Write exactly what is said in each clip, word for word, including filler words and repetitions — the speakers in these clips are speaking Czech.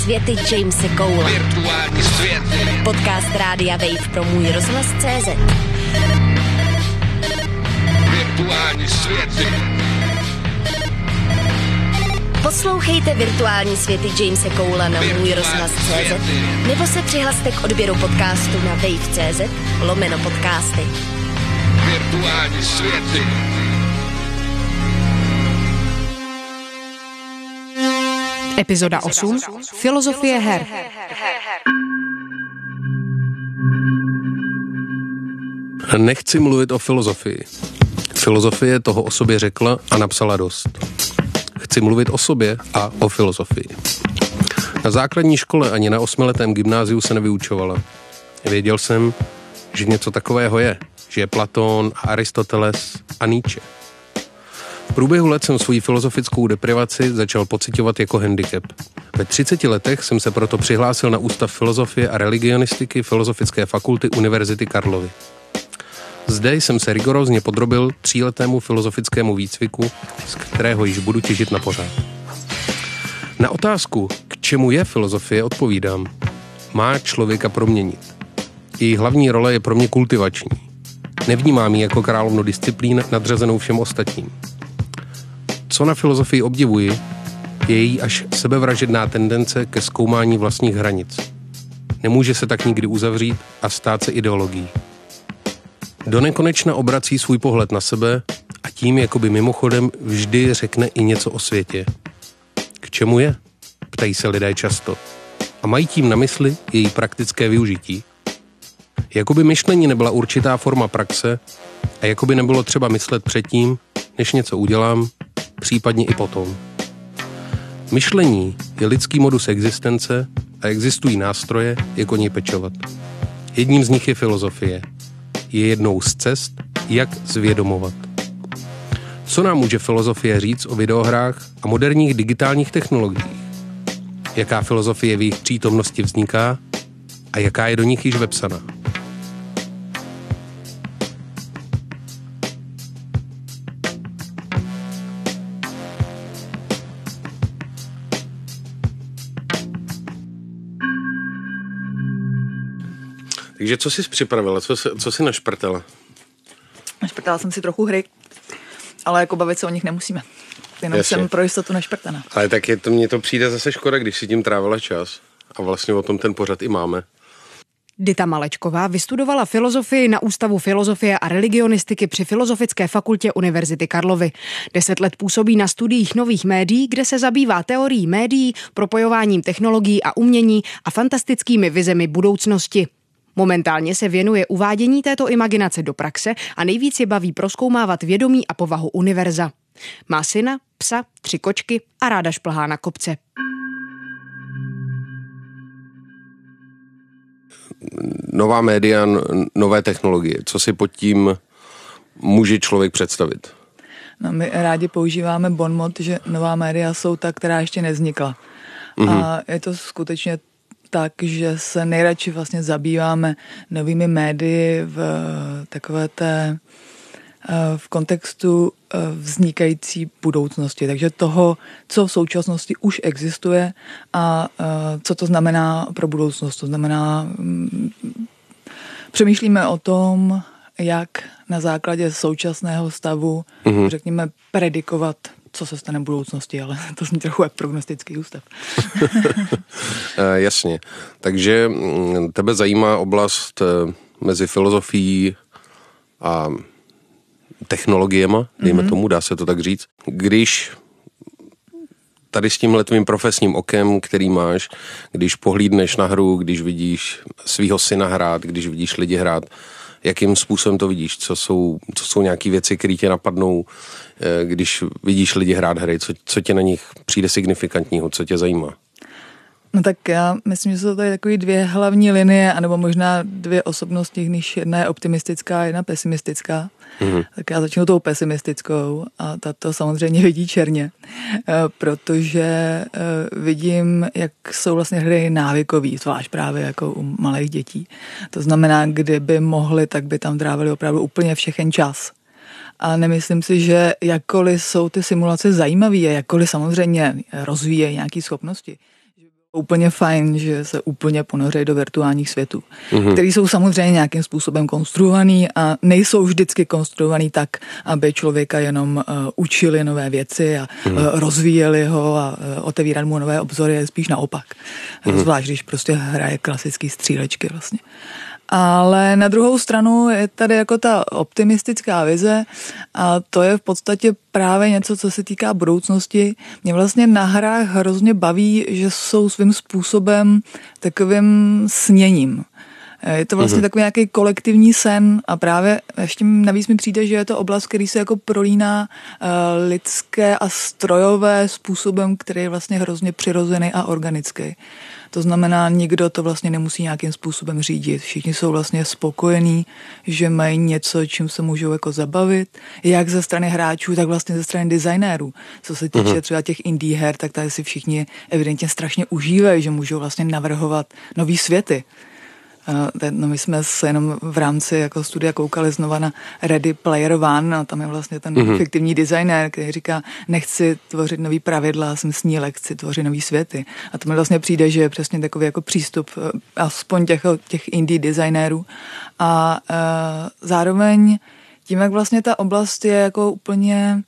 světy Jamese Coula. Virtuální světy. Podcast Rádia Wave pro můj rozhlas tečka cé zet. Virtuální světy. Poslouchejte Virtuální světy Jamese Coula na můj rozhlas tečka cé zet nebo se přihlaste k odběru podcastu na wave tečka cé zet lomeno podcasty. Virtuální světy. Epizoda osm. Filozofie her. Nechci mluvit o filozofii. Filozofie toho o sobě řekla a napsala dost. Chci mluvit o sobě a o filozofii. Na základní škole ani na osmiletém gymnáziu se nevyučovala. Věděl jsem, že něco takového je. Že je Platón, Aristoteles a Nietzsche. V průběhu let jsem svoji filozofickou deprivaci začal pociťovat jako handicap. Ve třiceti letech jsem se proto přihlásil na Ústav filozofie a religionistiky Filozofické fakulty Univerzity Karlovy. Zde jsem se rigorózně podrobil tříletému filozofickému výcviku, z kterého již budu těžit na pořád. Na otázku, k čemu je filozofie, odpovídám. Má člověka proměnit. Její hlavní role je pro mě kultivační. Nevnímám ji jako královnu disciplín nadřazenou všem ostatním. Co na filozofii obdivuji, je její až sebevražedná tendence ke zkoumání vlastních hranic. Nemůže se tak nikdy uzavřít a stát se ideologií. Do nekonečna obrací svůj pohled na sebe a tím jakoby mimochodem vždy řekne i něco o světě. K čemu je? Ptají se lidé často. A mají tím na mysli její praktické využití. Jakoby myšlení nebyla určitá forma praxe a jakoby nebylo třeba myslet předtím, než něco udělám, případně i potom. Myšlení je lidský modus existence a existují nástroje, jak o něj pečovat. Jedním z nich je filozofie. Je jednou z cest, jak zvědomovat. Co nám může filozofie říct o videohrách a moderních digitálních technologiích? Jaká filozofie v jejich přítomnosti vzniká a jaká je do nich již vepsaná? Takže co jsi připravila? Co, co jsi našprtala? Našprtala jsem si trochu hry, ale jako bavit se o nich nemusíme. Jenom Jasně. jsem pro jistotu našprtaná. Ale tak je to, mně to přijde zase škoda, když si tím trávila čas. A vlastně o tom ten pořad i máme. Dita Malečková vystudovala filozofii na Ústavu filozofie a religionistiky při Filozofické fakultě Univerzity Karlovy. Deset let působí na studiích nových médií, kde se zabývá teorií médií, propojováním technologií a umění a fantastickými vizemi budoucnosti. Momentálně se věnuje uvádění této imaginace do praxe a nejvíc je baví prozkoumávat vědomí a povahu univerza. Má syna, psa, tři kočky a ráda šplhá na kopce. Nová média, nové technologie. Co si pod tím může člověk představit? No, my rádi používáme bonmot, že nová média jsou ta, která ještě nevznikla. Mm-hmm. A je to skutečně tak, že se nejradši vlastně zabýváme novými médii v takové té v kontextu vznikající budoucnosti. Takže toho, co v současnosti už existuje a co to znamená pro budoucnost. To znamená, přemýšlíme o tom, jak na základě současného stavu, mm-hmm. řekněme, predikovat, co se stane v budoucnosti, ale to zní trochu jak prognostický ústav. Jasně. Takže tebe zajímá oblast mezi filozofií a technologiema, dejme mm-hmm. tomu, dá se to tak říct. Když tady s tímhle tvým profesním okem, který máš, když pohlídneš na hru, když vidíš svýho syna hrát, když vidíš lidi hrát, jakým způsobem to vidíš? Co jsou, co jsou nějaké věci, které tě napadnou, když vidíš lidi hrát hry? Co, co tě na nich přijde signifikantního? Co tě zajímá? No tak já myslím, že jsou tady takové dvě hlavní linie, anebo možná dvě osobnosti, když jedna je optimistická a jedna pesimistická. Mm-hmm. Tak já začnu tou pesimistickou a tato samozřejmě vidí černě, protože vidím, jak jsou vlastně hry návykový, zvlášť právě jako u malých dětí. To znamená, kdyby mohli, tak by tam trávili opravdu úplně všechen čas. A nemyslím si, že jakkoliv jsou ty simulace zajímavé a jakkoliv samozřejmě rozvíjejí nějaké schopnosti, Úplně fajn, že se úplně ponoří do virtuálních světů, mm-hmm. který jsou samozřejmě nějakým způsobem konstruovaný a nejsou vždycky konstruovaný tak, aby člověka jenom uh, učili nové věci a mm-hmm. uh, rozvíjeli ho a uh, otevírali mu nové obzory, spíš naopak. Mm-hmm. Zvlášť, když prostě hraje klasický střílečky vlastně. Ale na druhou stranu je tady jako ta optimistická vize a to je v podstatě právě něco, co se týká budoucnosti. Mě vlastně na hrách hrozně baví, že jsou svým způsobem takovým sněním. Je to vlastně mm-hmm. takový nějaký kolektivní sen a právě ještě navíc mi přijde, že je to oblast, který se jako prolíná uh, lidské a strojové způsobem, který je vlastně hrozně přirozený a organický. To znamená, nikdo to vlastně nemusí nějakým způsobem řídit. Všichni jsou vlastně spokojení, že mají něco, čím se můžou jako zabavit, jak ze strany hráčů, tak vlastně ze strany designérů. Co se týče mm-hmm. třeba těch indie her, tak tady si všichni evidentně strašně užívají, že můžou vlastně navrhovat nový světy. No, my jsme se jenom v rámci jako studia koukali znova na Ready Player One a tam je vlastně ten mm-hmm. fiktivní designér, který říká, nechci tvořit nový pravidla, jsem snílek, chci tvořit nový světy. A to mi vlastně přijde, že je přesně takový jako přístup aspoň těch, těch indie designérů. A uh, zároveň tím, jak vlastně ta oblast je jako úplně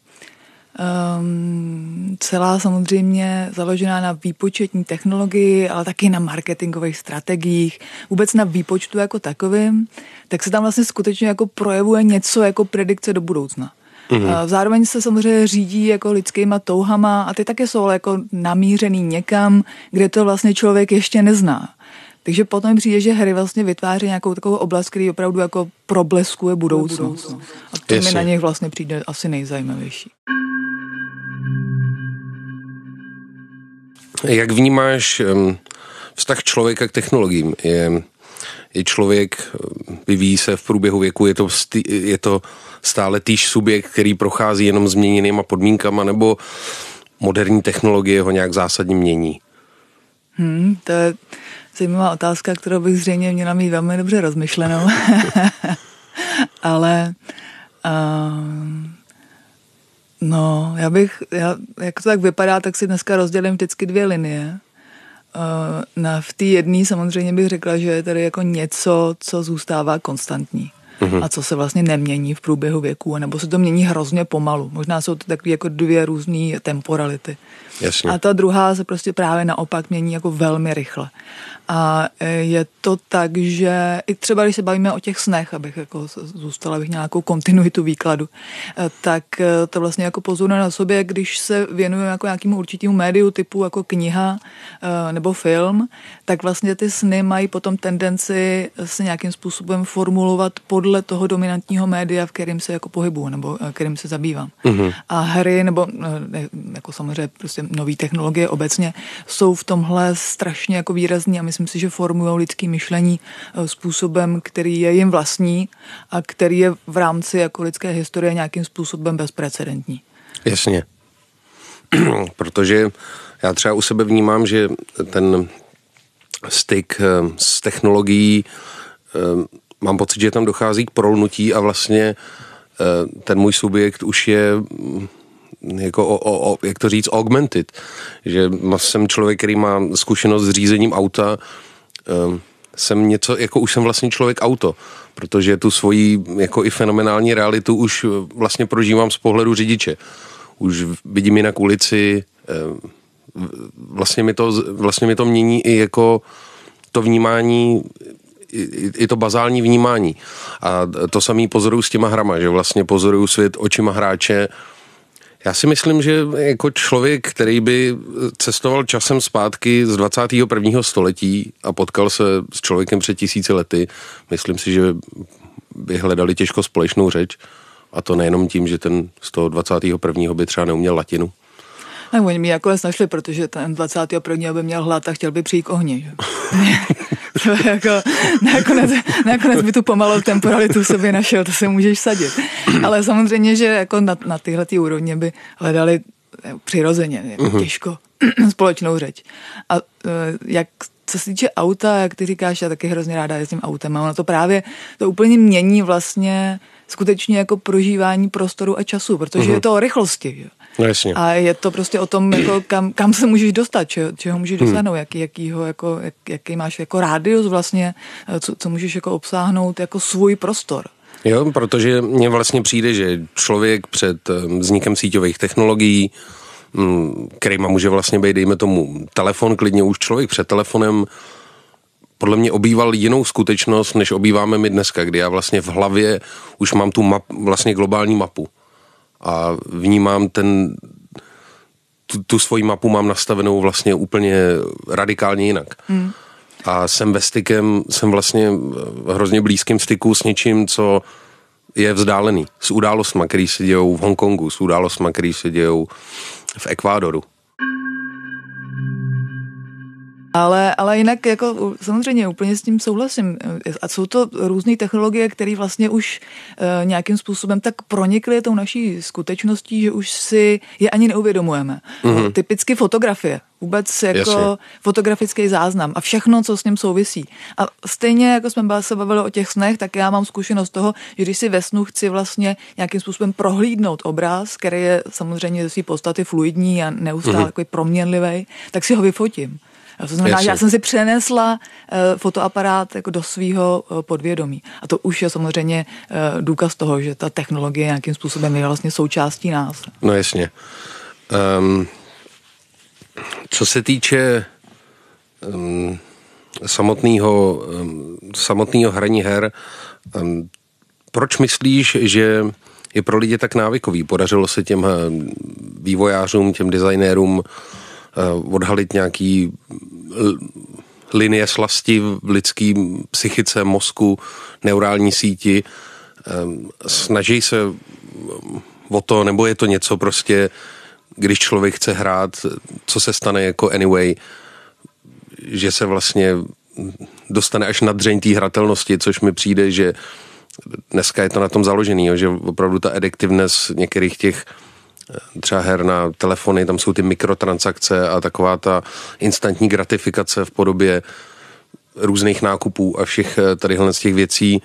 Um, celá samozřejmě založená na výpočetní technologii, ale taky na marketingových strategiích, vůbec na výpočtu jako takovým, tak se tam vlastně skutečně jako projevuje něco jako predikce do budoucna. Mm-hmm. Zároveň se samozřejmě řídí jako lidskýma touhama a ty taky jsou jako namířený někam, kde to vlastně člověk ještě nezná. Takže potom přijde, že hry vlastně vytváří nějakou takovou oblast, který opravdu jako probleskuje budoucnost. A to mi na nich vlastně přijde asi nejzajímavější. Jak vnímáš vztah člověka k technologiím? Je, je člověk, vyvíjí se v průběhu věku, je to, je to stále týž subjekt, který prochází jenom změněnýma podmínkama, nebo moderní technologie ho nějak zásadně mění? Hmm, to je zajímavá otázka, kterou bych zřejmě měla mít velmi dobře rozmyšlenou. Ale uh, no, já bych, já, jak to tak vypadá, tak si dneska rozdělím vždycky dvě linie. Uh, na, v té jedné samozřejmě bych řekla, že je tady jako něco, co zůstává konstantní. Mm-hmm. A co se vlastně nemění v průběhu věku, nebo se to mění hrozně pomalu. Možná jsou to takové jako dvě různé temporality. Jasně. A ta druhá se prostě právě naopak mění jako velmi rychle. A je to tak, že i třeba, když se bavíme o těch snech, abych jako zůstala bych nějakou kontinuitu výkladu, tak to vlastně jako pozoruje na sobě, když se věnujeme jako nějakému určitému médiu typu jako kniha nebo film, tak vlastně ty sny mají potom tendenci se nějakým způsobem formulovat podle toho dominantního média, v kterém se jako pohybuju nebo kterým se zabývám. Mm-hmm. A hry nebo jako samozřejmě prostě nové technologie obecně jsou v tomhle strašně jako výrazný a myslím si, že formují lidské myšlení způsobem, který je jim vlastní a který je v rámci jako lidské historie nějakým způsobem bezprecedentní. Jasně. Protože já třeba u sebe vnímám, že ten styk s technologií, mám pocit, že tam dochází k prolnutí a vlastně ten můj subjekt už je jako, o, o, jak to říct, augmented. Že jsem člověk, který má zkušenost s řízením auta, jsem něco, jako už jsem vlastně člověk auto, protože tu svoji jako i fenomenální realitu už vlastně prožívám z pohledu řidiče. Už vidím jinak ulici, vlastně mi to, vlastně mi to mění i jako to vnímání, i, i to bazální vnímání. A to samý pozoruju s těma hrama, že vlastně pozoruju svět očima hráče. Já si myslím, že jako člověk, který by cestoval časem zpátky z dvacátého prvního století a potkal se s člověkem před tisíci lety, myslím si, že by hledali těžko společnou řeč. A to nejenom tím, že ten z toho dvacátého prvního by třeba neuměl latinu. Tak oni mi nakonec našli, protože ten dvacátého prvního by měl hlad a chtěl by přijít k ohni. Že? To jako, nakonec, nakonec by tu pomalou temporalitu sobě našel, to se můžeš sadit. Ale samozřejmě, že jako na, na tyhle ty úrovně by hledali přirozeně, jako uh-huh. těžko společnou řeč. A jak co se týče auta, jak ty říkáš, já taky hrozně ráda jezdím autem, a ono to právě to úplně mění vlastně skutečně jako prožívání prostoru a času, protože uh-huh. je to o rychlosti. Že? No jasně. A je to prostě o tom, jako kam, kam se můžeš dostat, čeho, čeho můžeš dosáhnout, jaký, jakýho, jako, jak, jaký máš jako rádius vlastně, co, co můžeš jako obsáhnout jako svůj prostor. Jo, protože mně vlastně přijde, že člověk před vznikem síťových technologií, kterýma může vlastně být, dejme tomu, telefon, klidně už člověk před telefonem, podle mě obýval jinou skutečnost, než obýváme my dneska, kdy já vlastně v hlavě už mám tu map, vlastně globální mapu a vnímám ten, tu, tu svoji mapu mám nastavenou vlastně úplně radikálně jinak. Hmm. A jsem ve stykem, jsem vlastně v hrozně blízkém styku s něčím, co je vzdálený. S událostma, který se dějou v Hongkongu, s událostma, který se dějou v Ekvádoru. Ale, ale jinak jako samozřejmě úplně s tím souhlasím. A jsou to různé technologie, které vlastně už e, nějakým způsobem tak pronikly tou naší skutečností, že už si je ani neuvědomujeme. Mm-hmm. Typicky fotografie. Vůbec jako Jasně. fotografický záznam a všechno, co s ním souvisí. A stejně, jako jsme se bavili o těch snech, tak já mám zkušenost toho, že když si ve snu chci vlastně nějakým způsobem prohlídnout obraz, který je samozřejmě ze své podstaty fluidní a neustále mm-hmm. takový proměnlivý, tak si ho vyfotím. To znamená, Jasně. že já jsem si přenesla uh, fotoaparát jako do svého uh, podvědomí. A to už je samozřejmě uh, důkaz toho, že ta technologie nějakým způsobem je vlastně součástí nás. No jasně. Um, co se týče um, samotného um, samotného hraní her, um, proč myslíš, že je pro lidi tak návykový? Podařilo se těm vývojářům, těm designérům odhalit nějaký linie slasti v lidský psychice, mozku, neurální síti. Snaží se o to, nebo je to něco prostě, když člověk chce hrát, co se stane jako anyway, že se vlastně dostane až na dřeň té hratelnosti, což mi přijde, že dneska je to na tom založený, že opravdu ta addictiveness některých těch třeba her na telefony, tam jsou ty mikrotransakce a taková ta instantní gratifikace v podobě různých nákupů a všech tadyhle z těch věcí.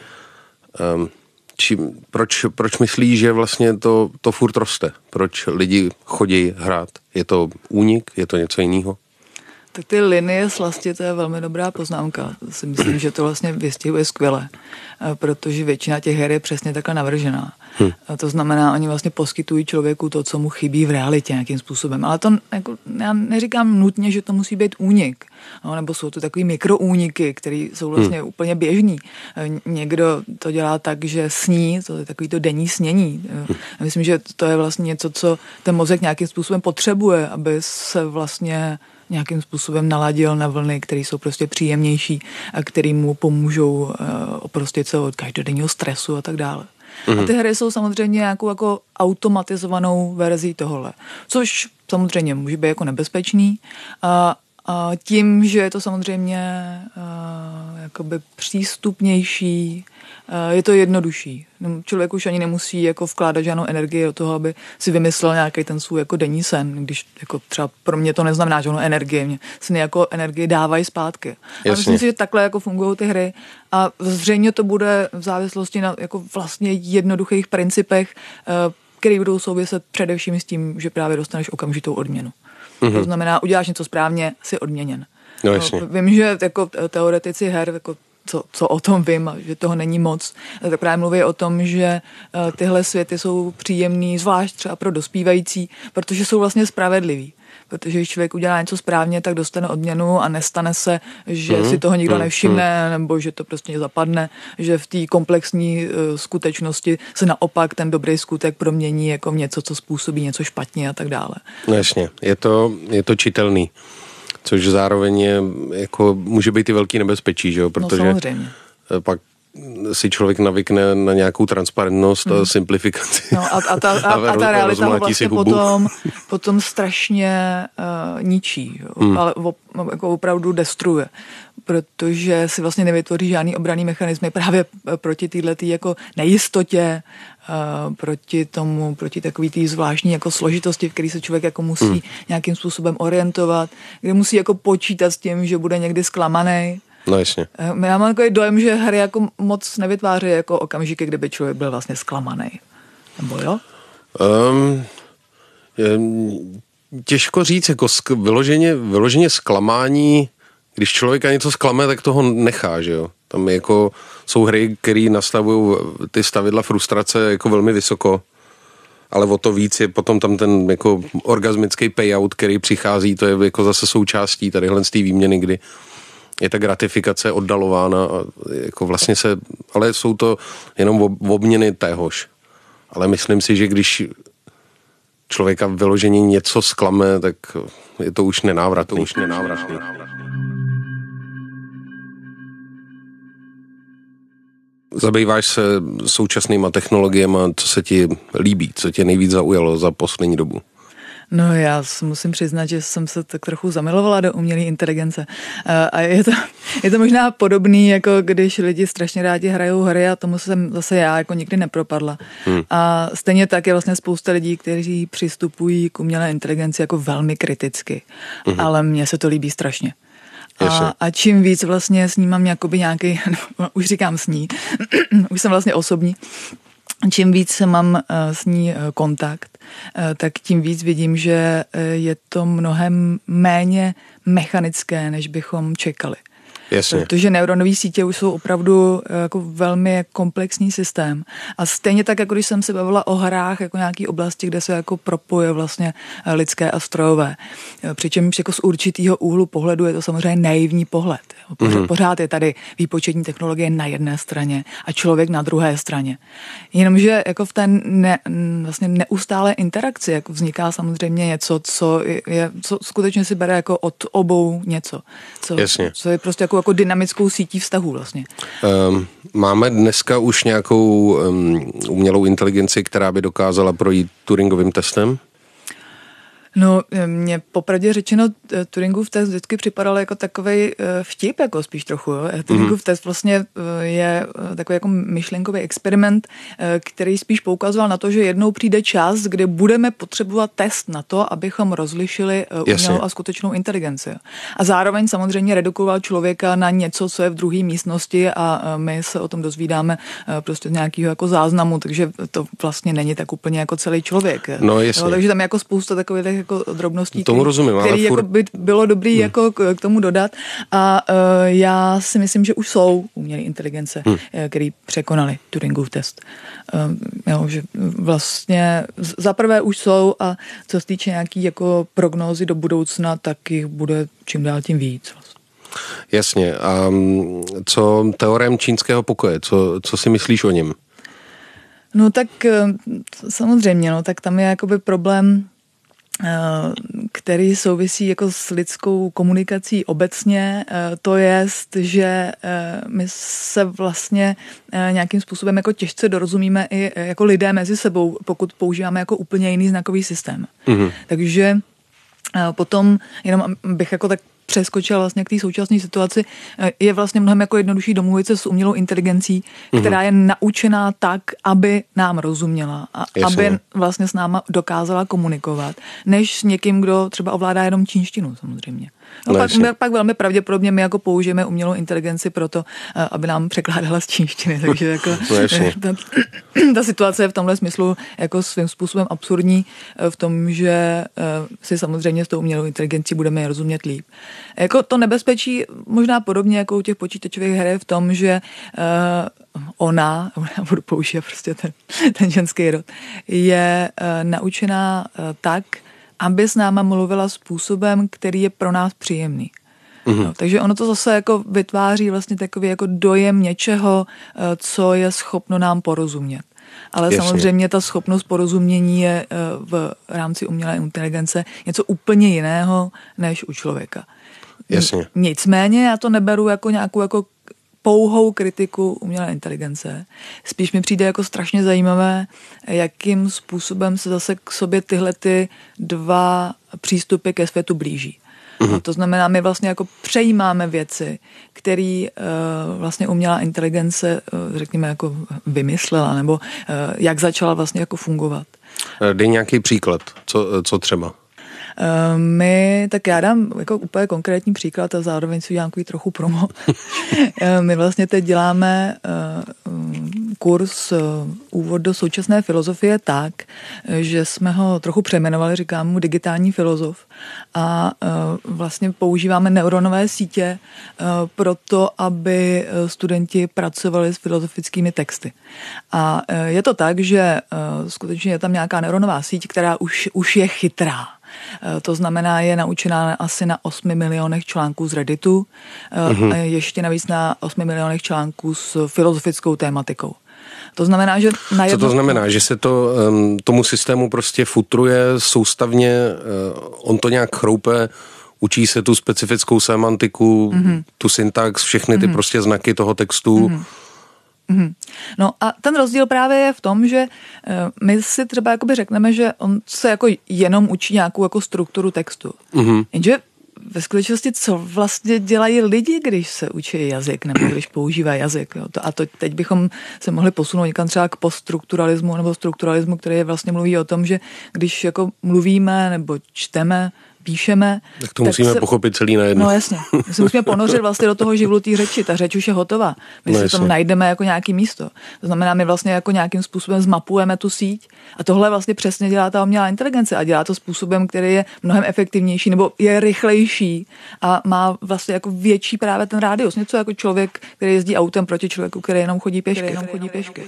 Či, proč, proč myslíš, že vlastně to, to furt roste? Proč lidi chodí hrát? Je to únik? Je to něco jiného? Tak ty linie slasti, to je velmi dobrá poznámka. Si myslím, že to vlastně vystihuje skvěle, protože většina těch her je přesně takhle navržená. Hmm. To znamená, oni vlastně poskytují člověku to, co mu chybí v realitě nějakým způsobem. Ale to jako, já neříkám nutně, že to musí být únik. No, nebo jsou to takový mikroúniky, které jsou vlastně hmm. úplně běžný. Někdo to dělá tak, že sní, to je takový to denní snění. Hmm. Myslím, že to je vlastně něco, co ten mozek nějakým způsobem potřebuje, aby se vlastně nějakým způsobem naladil na vlny, které jsou prostě příjemnější a které mu pomůžou uh, oprostit se od každodenního stresu a tak dále. Mm-hmm. A ty hry jsou samozřejmě nějakou jako automatizovanou verzí tohle, což samozřejmě může být jako nebezpečný a, a tím, že je to samozřejmě uh, jakoby přístupnější, uh, je to jednodušší. Člověk už ani nemusí jako vkládat žádnou energii do toho, aby si vymyslel nějaký ten svůj jako denní sen, když jako třeba pro mě to neznamená žádnou energii, mě sny jako energii dávají zpátky. A myslím si, že takhle jako fungují ty hry a zřejmě to bude v závislosti na jako vlastně jednoduchých principech, které budou souviset především s tím, že právě dostaneš okamžitou odměnu. Mm-hmm. To znamená, uděláš něco správně, jsi odměněn. No, jasně. Vím, že jako teoretici her jako Co, co o tom vím, že toho není moc, tak právě mluví o tom, že tyhle světy jsou příjemný, zvlášť třeba pro dospívající, protože jsou vlastně spravedlivý. Protože když člověk udělá něco správně, tak dostane odměnu a nestane se, že mm-hmm. si toho nikdo nevšimne, nebo že to prostě zapadne, že v té komplexní uh, skutečnosti se naopak ten dobrý skutek promění jako v něco, co způsobí něco špatně a tak dále. No jasně, je to, je to čitelný. Což zároveň je, jako může být i velký nebezpečí, že jo? Protože no, samozřejmě. Pak si člověk navykne na nějakou transparentnost hmm. a simplifikaci. No a, a, ta, a, a, a ta realita ho vlastně potom, potom strašně uh, ničí, jo? Hmm. Ale op, jako opravdu destruuje, protože si vlastně nevytvoří žádný obranný mechanismy právě proti této jako nejistotě, Uh, proti tomu, proti takový té zvláštní jako složitosti, v který se člověk jako musí hmm. nějakým způsobem orientovat, kde musí jako počítat s tím, že bude někdy zklamaný. No jasně. Uh, já mám takový dojem, že hry jako moc nevytváří jako okamžiky, kdyby člověk byl vlastně zklamaný. Nebo jo? Um, Těžko říct, jako sk- vyloženě, vyloženě zklamání, když člověka něco zklame, tak toho nechá, že jo. Tam jako jsou hry, které nastavují ty stavidla frustrace jako velmi vysoko, ale o to víc je potom tam ten jako orgasmický payout, který přichází, to je jako zase součástí tadyhle z té výměny, kdy je ta gratifikace oddalována a jako vlastně se, ale jsou to jenom obměny téhož. Ale myslím si, že když člověka vyloženě něco zklame, tak je to už nenávratný. To už nenávratný. Zabýváš se současnýma technologiemi, co se ti líbí, co tě nejvíc zaujalo za poslední dobu? No já musím přiznat, že jsem se tak trochu zamilovala do umělé inteligence. A je to, je to možná podobný, jako když lidi strašně rádi hrajou hry a tomu jsem zase já jako nikdy nepropadla. Hmm. A stejně tak je vlastně spousta lidí, kteří přistupují k umělé inteligenci jako velmi kriticky. Hmm. Ale mně se to líbí strašně. A, a čím víc vlastně s ní mám jakoby nějaký, no, už říkám s ní, už jsem vlastně osobní, čím víc mám s ní kontakt, tak tím víc vidím, že je to mnohem méně mechanické, než bychom čekali. Jasně. Protože neuronové sítě už jsou opravdu jako velmi komplexní systém. A stejně tak, jako když jsem se bavila o hrách, jako nějaký oblasti, kde se jako propoje vlastně lidské a strojové. Přičemž jako z určitého úhlu pohledu je to samozřejmě naivní pohled. Pořád, mm-hmm. pořád je tady výpočetní technologie na jedné straně a člověk na druhé straně. Jenomže jako v té ne, vlastně neustálé interakci jako vzniká samozřejmě něco, co, je, co skutečně si bere jako od obou něco. Co, co je prostě jako jako dynamickou sítí vztahů vlastně. Um, máme dneska už nějakou um, umělou inteligenci, která by dokázala projít Turingovým testem? No, mě popravdě řečeno Turingův test vždycky připadal jako takovej vtip, jako spíš trochu. Jo. Turingův mm. test vlastně je takový jako myšlenkový experiment, který spíš poukazoval na to, že jednou přijde čas, kdy budeme potřebovat test na to, abychom rozlišili umělou a skutečnou inteligenci. A zároveň samozřejmě redukoval člověka na něco, co je v druhé místnosti a my se o tom dozvídáme prostě nějakého jako záznamu, takže to vlastně není tak úplně jako celý člověk. No, jasně. Jo, takže tam je jako spousta takových jako drobností, tomu který, rozumím, který jako by bylo dobrý hmm. jako k, k tomu dodat. A uh, já si myslím, že už jsou umělé inteligence, hmm. který překonali Turingův test. Um, jo, že vlastně zaprvé už jsou a co se týče nějaký jako prognózy do budoucna, tak jich bude čím dál tím víc. Jasně. A co teorem čínského pokoje? Co, co si myslíš o něm? No tak samozřejmě, no tak tam je jakoby problém, který souvisí jako s lidskou komunikací obecně, to jest, že my se vlastně nějakým způsobem jako těžce dorozumíme i jako lidé mezi sebou, pokud používáme jako úplně jiný znakový systém. Mm-hmm. Takže potom jenom bych jako tak přeskočila vlastně k té současné situaci, je vlastně mnohem jako jednodušší domluvit se s umělou inteligencí, která je naučená tak, aby nám rozuměla a Jasně. aby vlastně s náma dokázala komunikovat, než s někým, kdo třeba ovládá jenom čínštinu samozřejmě. No, no pak, pak velmi pravděpodobně my jako použijeme umělou inteligenci proto, aby nám překládala z čínštiny, takže jako no ta, ta situace je v tomhle smyslu jako svým způsobem absurdní v tom, že si samozřejmě s tou umělou inteligencí budeme rozumět líp. Jako to nebezpečí možná podobně jako u těch počítačových her je v tom, že uh, ona, já budu používat prostě ten, ten ženský rod, je uh, naučená uh, tak, aby s náma mluvila způsobem, který je pro nás příjemný. Mm-hmm. No, takže ono to zase jako vytváří vlastně takový jako dojem něčeho, uh, co je schopno nám porozumět. Ale Jasně. samozřejmě ta schopnost porozumění je uh, v rámci umělé inteligence něco úplně jiného než u člověka. Jasně. Nicméně já to neberu jako nějakou jako pouhou kritiku umělé inteligence. Spíš mi přijde jako strašně zajímavé, jakým způsobem se zase k sobě tyhle ty dva přístupy ke světu blíží. Mm-hmm. A to znamená, my vlastně jako přejímáme věci, které uh, vlastně umělá inteligence, uh, řekněme, jako vymyslela, nebo uh, jak začala vlastně jako fungovat. Dej nějaký příklad, co, co třeba? My, tak já dám jako úplně konkrétní příklad a zároveň si udělám takový trochu promo. My vlastně teď děláme kurz Úvod do současné filozofie tak, že jsme ho trochu přejmenovali, říkám mu digitální filozof a vlastně používáme neuronové sítě pro to, aby studenti pracovali s filozofickými texty. A je to tak, že skutečně je tam nějaká neuronová síť, která už, už je chytrá. To znamená, je naučená asi na osmi milionech článků z Redditu, uh-huh. a ještě navíc na osmi milionech článků s filozofickou tématikou. To znamená, že na jedno... Co to znamená? Že se to um, tomu systému prostě futruje soustavně, uh, on to nějak chroupe, učí se tu specifickou semantiku, mm-hmm. tu syntax, všechny ty mm-hmm. prostě znaky toho textu. Mm-hmm. Mm-hmm. No a ten rozdíl právě je v tom, že my si třeba jakoby řekneme, že on se jako jenom učí nějakou jako strukturu textu. Mm-hmm. Jenže ve skutečnosti, co vlastně dělají lidi, když se učí jazyk nebo když používají jazyk. Jo? A to teď bychom se mohli posunout někam třeba k poststrukturalismu nebo strukturalismu, který vlastně mluví o tom, že když jako mluvíme nebo čteme, píšeme. Tak to tak musíme se, pochopit celý najednou. No jasně. My se musíme ponořit vlastně do toho živlu té řeči. Ta řeč už je hotová. My no si tam najdeme jako nějaký místo. To znamená, my vlastně jako nějakým způsobem zmapujeme tu síť a tohle vlastně přesně dělá ta umělá inteligence a dělá to způsobem, který je mnohem efektivnější nebo je rychlejší a má vlastně jako větší právě ten rádius. Něco jako člověk, který jezdí autem proti člověku, který jenom chodí pěšky. Který jenom chodí pěšky.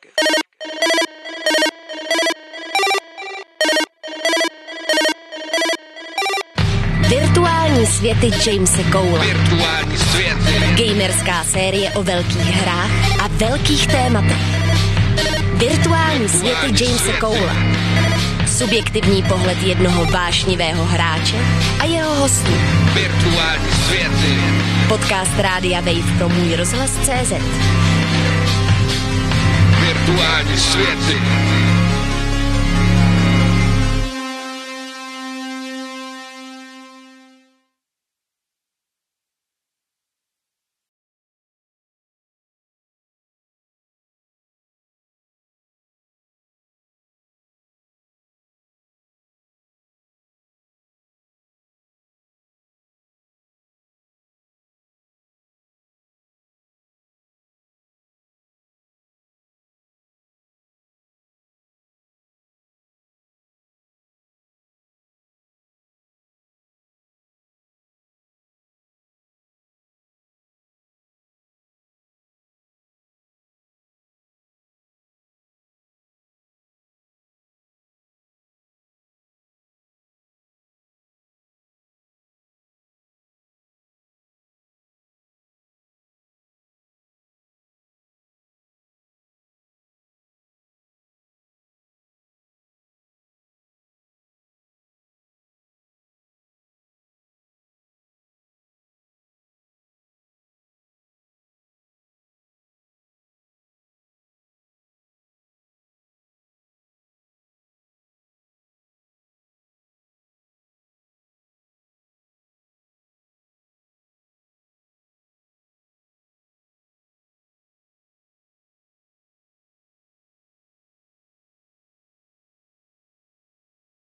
Virtuální světy Jamese Cowla. Virtuální světy. Gamerská série o velkých hrách a velkých tématech. Virtuální světy Jamese Cowla. Subjektivní pohled jednoho vášnivého hráče a jeho hostů. Virtuální světy. Podcast Rádia Wave pro můj rozhlas tečka cé zet. Virtuální světy.